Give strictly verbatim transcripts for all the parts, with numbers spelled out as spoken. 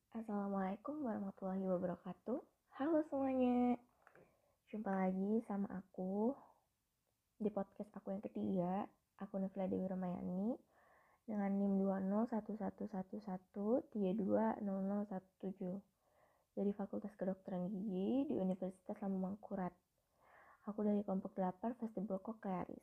Assalamualaikum warahmatullahi wabarakatuh. Halo semuanya, jumpa lagi sama aku di podcast aku yang ketiga. Aku Nafila Dewi Ramayani dengan NIM dua nol satu satu satu satu tiga dua nol nol satu tujuh dari Fakultas Kedokteran Gigi di Universitas Lambung Mangkurat. Aku dari kelompok delapan Vestibular Cochlearis.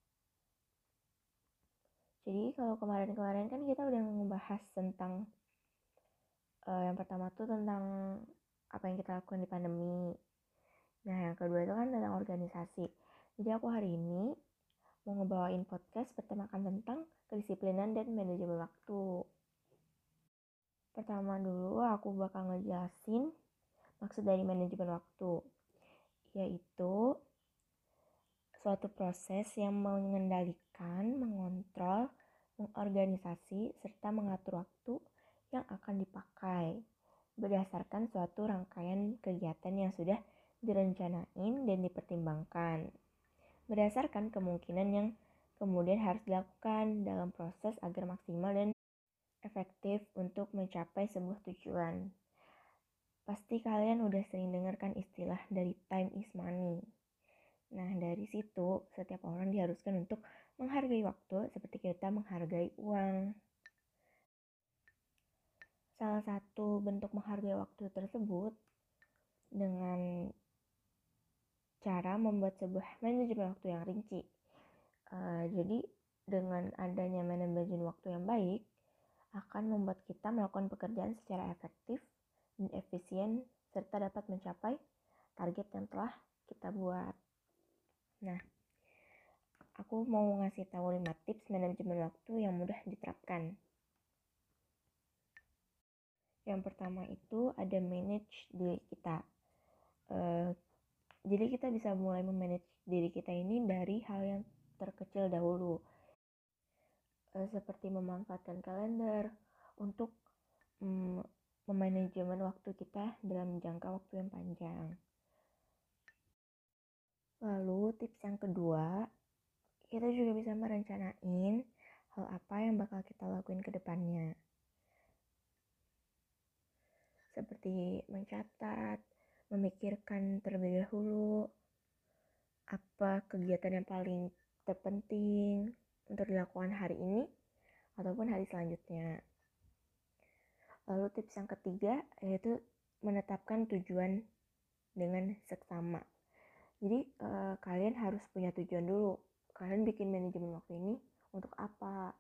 Jadi kalau kemarin-kemarin kan kita udah ngebahas tentang uh, yang pertama tuh tentang apa yang kita lakukan di pandemi. Nah, yang kedua itu kan tentang organisasi. Jadi aku hari ini mau ngebawain podcast bertemakan tentang kedisiplinan dan manajemen waktu. Pertama dulu aku bakal ngejelasin maksud dari manajemen waktu, yaitu suatu proses yang mengendalikan, mengontrol, mengorganisasi, serta mengatur waktu yang akan dipakai berdasarkan suatu rangkaian kegiatan yang sudah direncanain dan dipertimbangkan berdasarkan kemungkinan yang kemudian harus dilakukan dalam proses agar maksimal dan efektif untuk mencapai sebuah tujuan. Pasti kalian udah sering dengarkan istilah dari time is money. Nah, dari situ setiap orang diharuskan untuk menghargai waktu seperti kita menghargai uang. Salah satu bentuk menghargai waktu tersebut dengan cara membuat sebuah manajemen waktu yang rinci. Uh, jadi dengan adanya manajemen waktu yang baik akan membuat kita melakukan pekerjaan secara efektif dan efisien serta dapat mencapai target yang telah kita buat. Nah, aku mau ngasih tahu lima tips manajemen waktu yang mudah diterapkan. Yang pertama itu ada manage diri kita. Uh, jadi kita bisa mulai memanage diri kita ini dari hal yang terkecil dahulu. Uh, seperti memanfaatkan kalender untuk um, memanajemen waktu kita dalam jangka waktu yang panjang. Lalu tips yang kedua, kita juga bisa merencanain hal apa yang bakal kita lakuin ke depannya. Seperti mencatat, memikirkan terlebih dahulu apa kegiatan yang paling terpenting untuk dilakukan hari ini ataupun hari selanjutnya. Lalu tips yang ketiga yaitu menetapkan tujuan dengan seksama. Jadi eh, kalian harus punya tujuan dulu. Kalian bikin manajemen waktu ini untuk apa?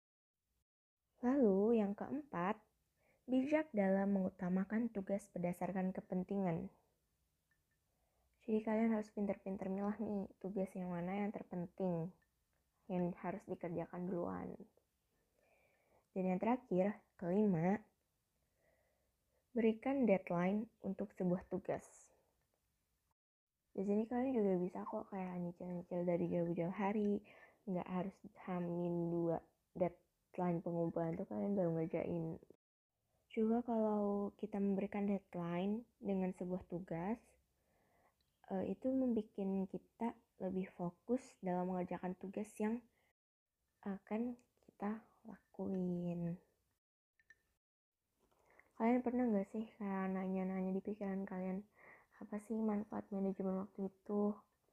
Lalu yang keempat, bijak dalam mengutamakan tugas berdasarkan kepentingan. Jadi kalian harus pintar-pintar milah nih tugas yang mana yang terpenting, yang harus dikerjakan duluan. Dan yang terakhir, kelima, berikan deadline untuk sebuah tugas. Di sini kalian juga bisa kok kayak nyicil-nyicil dari jauh-jauh hari, nggak harus hamin dua deadline pengumpulan tuh kalian baru ngerjain. Juga kalau kita memberikan deadline dengan sebuah tugas, uh, itu membuat kita lebih fokus dalam mengerjakan tugas yang akan kita lakuin. Kalian pernah gak sih kayak nanya-nanya di pikiran kalian, apa sih manfaat manajemen waktu itu?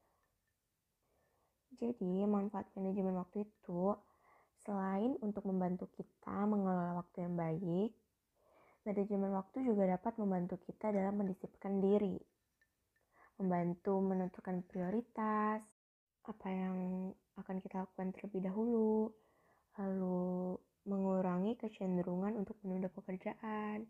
Jadi manfaat manajemen waktu itu selain untuk membantu kita mengelola waktu yang baik, manajemen waktu juga dapat membantu kita dalam mendisiplinkan diri, membantu menentukan prioritas, apa yang akan kita lakukan terlebih dahulu, lalu mengurangi kecenderungan untuk menunda pekerjaan,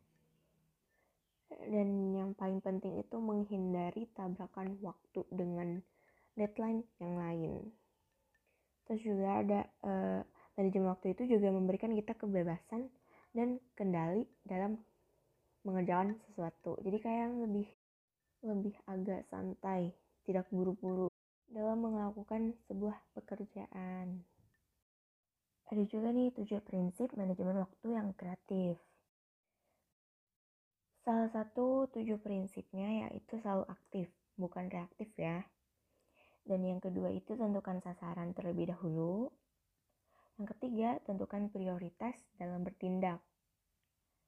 dan yang paling penting itu menghindari tabrakan waktu dengan deadline yang lain. Terus juga ada uh, manajemen waktu itu juga memberikan kita kebebasan dan kendali dalam mengerjakan sesuatu. Jadi kayak lebih lebih agak santai, tidak buru-buru dalam melakukan sebuah pekerjaan. Ada juga nih tujuh prinsip manajemen waktu yang kreatif. Salah satu tujuh prinsipnya yaitu selalu aktif, bukan reaktif ya. Dan yang kedua itu tentukan sasaran terlebih dahulu. Yang ketiga, tentukan prioritas dalam bertindak.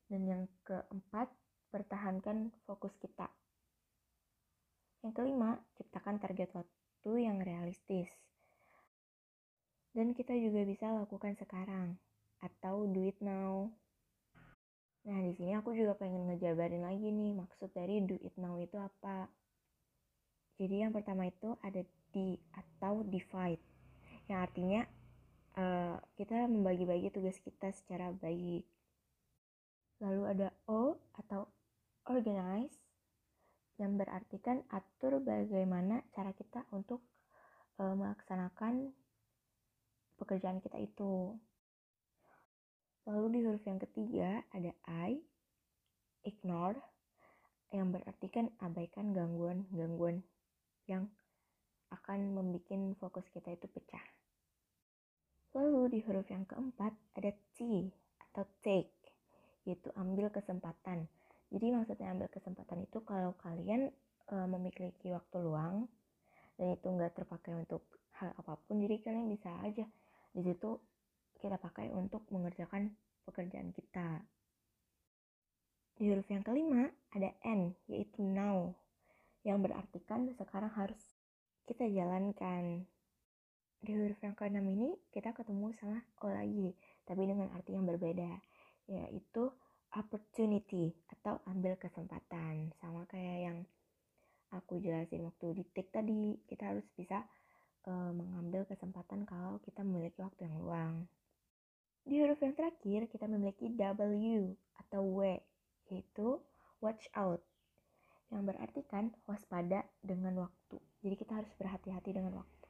Dan yang keempat, pertahankan fokus kita. Yang kelima, ciptakan target waktu yang realistis. Dan kita juga bisa lakukan sekarang atau do it now. Nah, di sini aku juga pengen ngejabarin lagi nih maksud dari do it now itu apa. Jadi yang pertama itu ada di atau divide, yang artinya uh, kita membagi-bagi tugas kita secara baik. Lalu ada O atau organize, yang berartikan atur bagaimana cara kita untuk uh, melaksanakan pekerjaan kita itu. Lalu di huruf yang ketiga ada I, ignore, yang berartikan abaikan gangguan-gangguan yang akan membuat fokus kita itu pecah. Lalu di huruf yang keempat ada T atau take, yaitu ambil kesempatan. Jadi maksudnya ambil kesempatan itu kalau kalian e, memiliki waktu luang dan itu nggak terpakai untuk hal apapun, jadi kalian bisa aja di situ kita pakai untuk mengerjakan pekerjaan kita. Di huruf yang kelima ada N, yaitu now, yang berartikan sekarang harus kita jalankan. Di huruf yang keenam ini kita ketemu sama O lagi, tapi dengan arti yang berbeda, yaitu opportunity atau ambil kesempatan. Sama kayak yang aku jelasin waktu di take tadi, kita harus bisa uh, mengambil kesempatan kalau kita memiliki waktu yang luang. Di huruf yang terakhir kita memiliki W atau W, yaitu watch out, yang berartikan waspada dengan waktu. Jadi kita harus berhati-hati dengan waktu.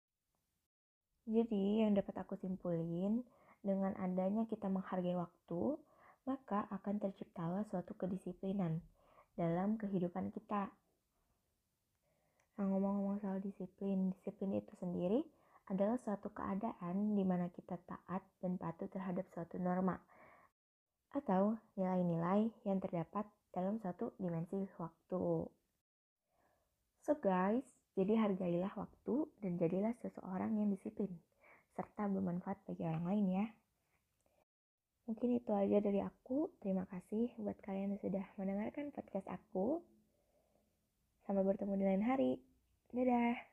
Jadi yang dapat aku simpulin, dengan adanya kita menghargai waktu, maka akan terciptalah suatu kedisiplinan dalam kehidupan kita. Nah, ngomong-ngomong soal disiplin, disiplin itu sendiri adalah suatu keadaan di mana kita taat dan patuh terhadap suatu norma atau nilai-nilai yang terdapat dalam suatu dimensi waktu. So guys, jadi hargailah waktu dan jadilah seseorang yang disiplin serta bermanfaat bagi orang lain ya. Mungkin itu aja dari aku. Terima kasih buat kalian yang sudah mendengarkan podcast aku. Sampai bertemu di lain hari. Dadah.